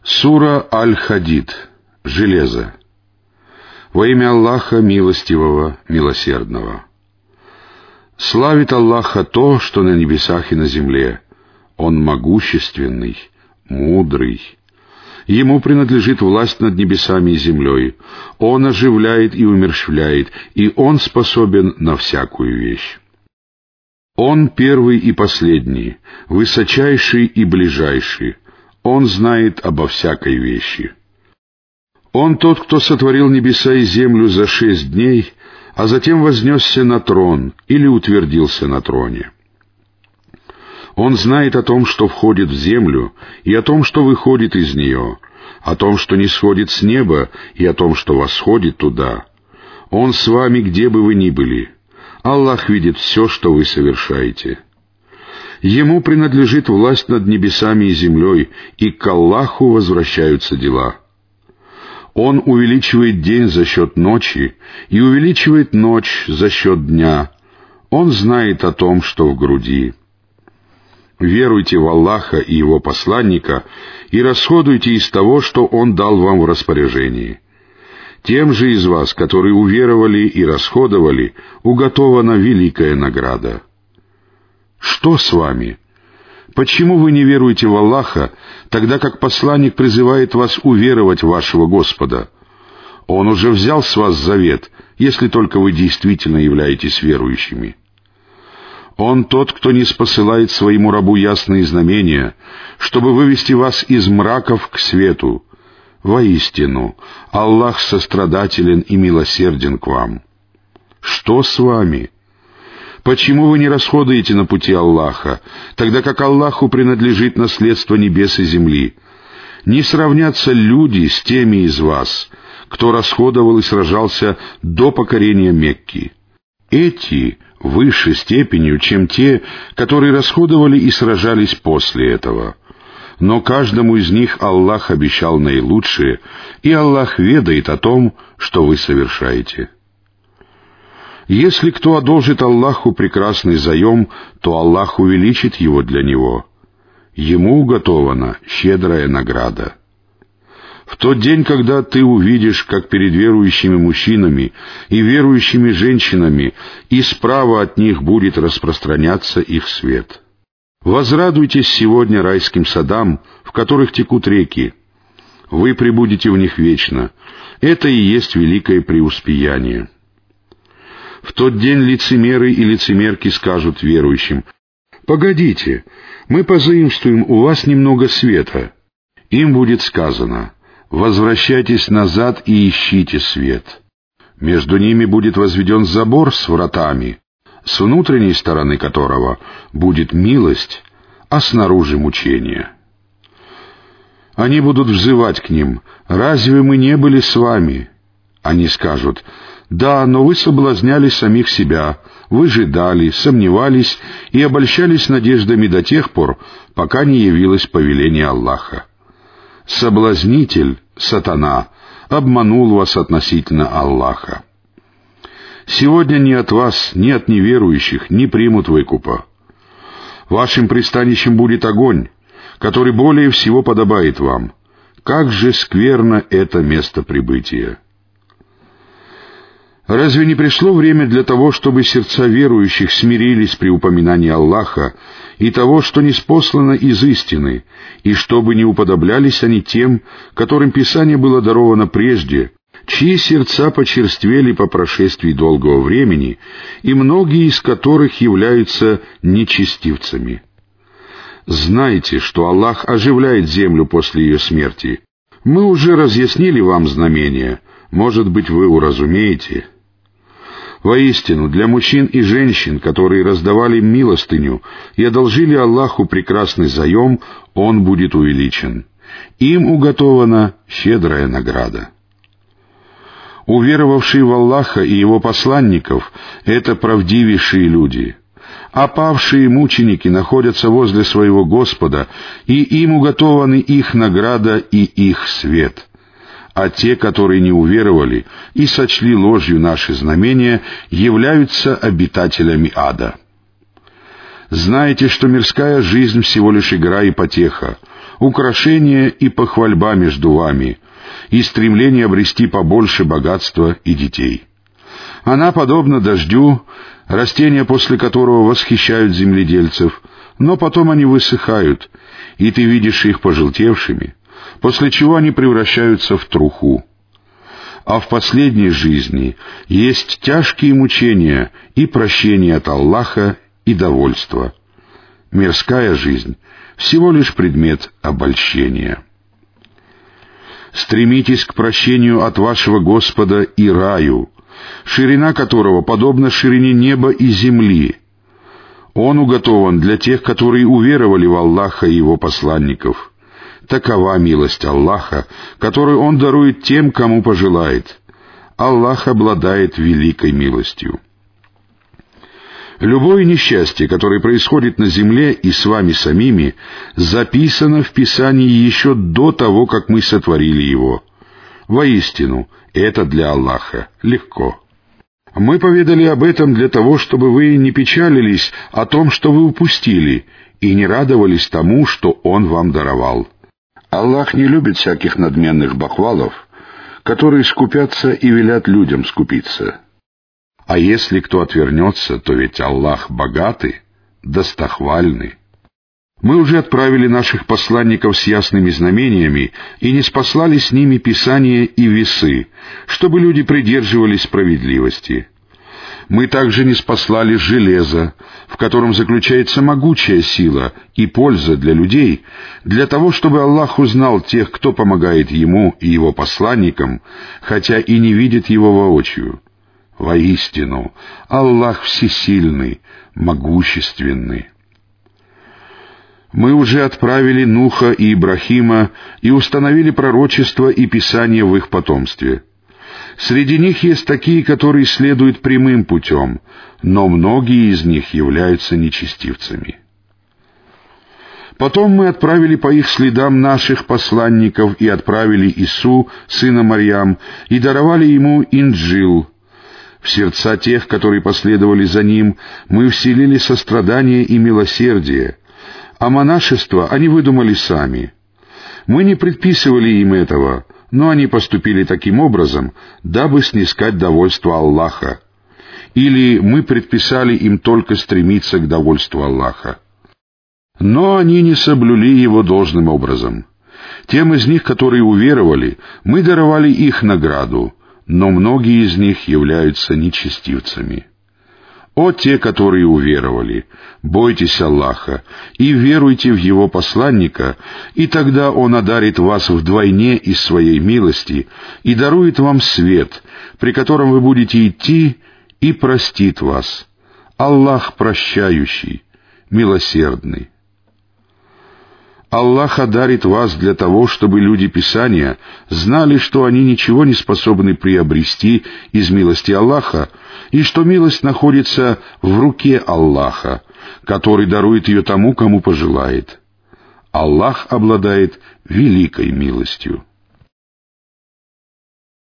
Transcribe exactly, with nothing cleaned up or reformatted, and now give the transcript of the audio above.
Сура Аль-Хадид. Железо. Во имя Аллаха Милостивого, Милосердного. Славит Аллаха то, что на небесах и на земле. Он могущественный, мудрый. Ему принадлежит власть над небесами и землей. Он оживляет и умерщвляет, и Он способен на всякую вещь. Он первый и последний, высочайший и ближайший. Он знает обо всякой вещи. Он тот, кто сотворил небеса и землю за шесть дней, а затем вознесся на трон или утвердился на троне. Он знает о том, что входит в землю, и о том, что выходит из нее, о том, что не сходит с неба, и о том, что восходит туда. Он с вами, где бы вы ни были. Аллах видит все, что вы совершаете. Ему принадлежит власть над небесами и землей, и к Аллаху возвращаются дела. Он увеличивает день за счет ночи и увеличивает ночь за счет дня. Он знает о том, что в груди. Веруйте в Аллаха и Его посланника и расходуйте из того, что Он дал вам в распоряжении. Тем же из вас, которые уверовали и расходовали, уготована великая награда. Что с вами? Почему вы не веруете в Аллаха, тогда как посланник призывает вас уверовать в вашего Господа? Он уже взял с вас завет, если только вы действительно являетесь верующими. Он тот, кто не спосылает своему рабу ясные знамения, чтобы вывести вас из мраков к свету. Воистину, Аллах сострадателен и милосерден к вам. Что с вами? Почему вы не расходуете на пути Аллаха, тогда как Аллаху принадлежит наследство небес и земли? Не сравнятся люди с теми из вас, кто расходовал и сражался до покорения Мекки. Эти выше степенью, чем те, которые расходовали и сражались после этого. Но каждому из них Аллах обещал наилучшее, и Аллах ведает о том, что вы совершаете. Если кто одолжит Аллаху прекрасный заем, то Аллах увеличит его для него. Ему уготована щедрая награда. В тот день, когда ты увидишь, как перед верующими мужчинами и верующими женщинами и справа от них будет распространяться их свет. Возрадуйтесь сегодня райским садам, в которых текут реки. Вы пребудете в них вечно. Это и есть великое преуспеяние. В тот день лицемеры и лицемерки скажут верующим: «Погодите, мы позаимствуем у вас немного света». Им будет сказано: «Возвращайтесь назад и ищите свет». Между ними будет возведен забор с вратами, с внутренней стороны которого будет милость, а снаружи мучение. Они будут взывать к ним: «Разве мы не были с вами?» Они скажут: «Да, но вы соблазняли самих себя, выжидали, сомневались и обольщались надеждами до тех пор, пока не явилось повеление Аллаха. Соблазнитель, сатана, обманул вас относительно Аллаха. Сегодня ни от вас, ни от неверующих не примут выкупа. Вашим пристанищем будет огонь, который более всего подобает вам. Как же скверно это место прибытия!» Разве не пришло время для того, чтобы сердца верующих смирились при упоминании Аллаха и того, что ниспослано из истины, и чтобы не уподоблялись они тем, которым Писание было даровано прежде, чьи сердца почерствели по прошествии долгого времени, и многие из которых являются нечестивцами? Знайте, что Аллах оживляет землю после ее смерти. Мы уже разъяснили вам знамения, может быть, вы уразумеете. Воистину, для мужчин и женщин, которые раздавали милостыню и одолжили Аллаху прекрасный заем, он будет увеличен. Им уготована щедрая награда. Уверовавшие в Аллаха и Его посланников — это правдивейшие люди, а павшие мученики находятся возле своего Господа, и им уготованы их награда и их свет. А те, которые не уверовали и сочли ложью наши знамения, являются обитателями ада. Знаете, что мирская жизнь всего лишь игра и потеха, украшение и похвальба между вами, и стремление обрести побольше богатства и детей. Она подобна дождю, растения после которого восхищают земледельцев, но потом они высыхают, и ты видишь их пожелтевшими, после чего они превращаются в труху. А в последней жизни есть тяжкие мучения и прощение от Аллаха и довольство. Мирская жизнь — всего лишь предмет обольщения. Стремитесь к прощению от вашего Господа и раю, ширина которого подобна ширине неба и земли. Он уготован для тех, которые уверовали в Аллаха и Его посланников. Такова милость Аллаха, которую Он дарует тем, кому пожелает. Аллах обладает великой милостью. Любое несчастье, которое происходит на земле и с вами самими, записано в Писании еще до того, как мы сотворили его. Воистину, это для Аллаха легко. Мы поведали об этом для того, чтобы вы не печалились о том, что вы упустили, и не радовались тому, что Он вам даровал. Аллах не любит всяких надменных бахвалов, которые скупятся и велят людям скупиться. А если кто отвернется, то ведь Аллах богатый, достохвальный. Мы уже отправили наших посланников с ясными знамениями и ниспослали с ними Писание и весы, чтобы люди придерживались справедливости. Мы также ниспослали железо, в котором заключается могучая сила и польза для людей, для того, чтобы Аллах узнал тех, кто помогает Ему и Его посланникам, хотя и не видит Его воочию. Воистину, Аллах всесильный, могущественный. Мы уже отправили Нуха и Ибрахима и установили пророчества и писания в их потомстве. Среди них есть такие, которые следуют прямым путем, но многие из них являются нечестивцами. Потом мы отправили по их следам наших посланников и отправили Ису, сына Марьям, и даровали ему Инджил. В сердца тех, которые последовали за ним, мы вселили сострадание и милосердие, а монашество они выдумали сами. Мы не предписывали им этого, но они поступили таким образом, дабы снискать довольство Аллаха. Или мы предписали им только стремиться к довольству Аллаха. Но они не соблюли его должным образом. Тем из них, которые уверовали, мы даровали их награду, но многие из них являются нечестивцами. О те, которые уверовали, бойтесь Аллаха и веруйте в Его посланника, и тогда Он одарит вас вдвойне из Своей милости и дарует вам свет, при котором вы будете идти, и простит вас. Аллах прощающий, милосердный. Аллах одарит вас для того, чтобы люди Писания знали, что они ничего не способны приобрести из милости Аллаха, и что милость находится в руке Аллаха, который дарует ее тому, кому пожелает. Аллах обладает великой милостью.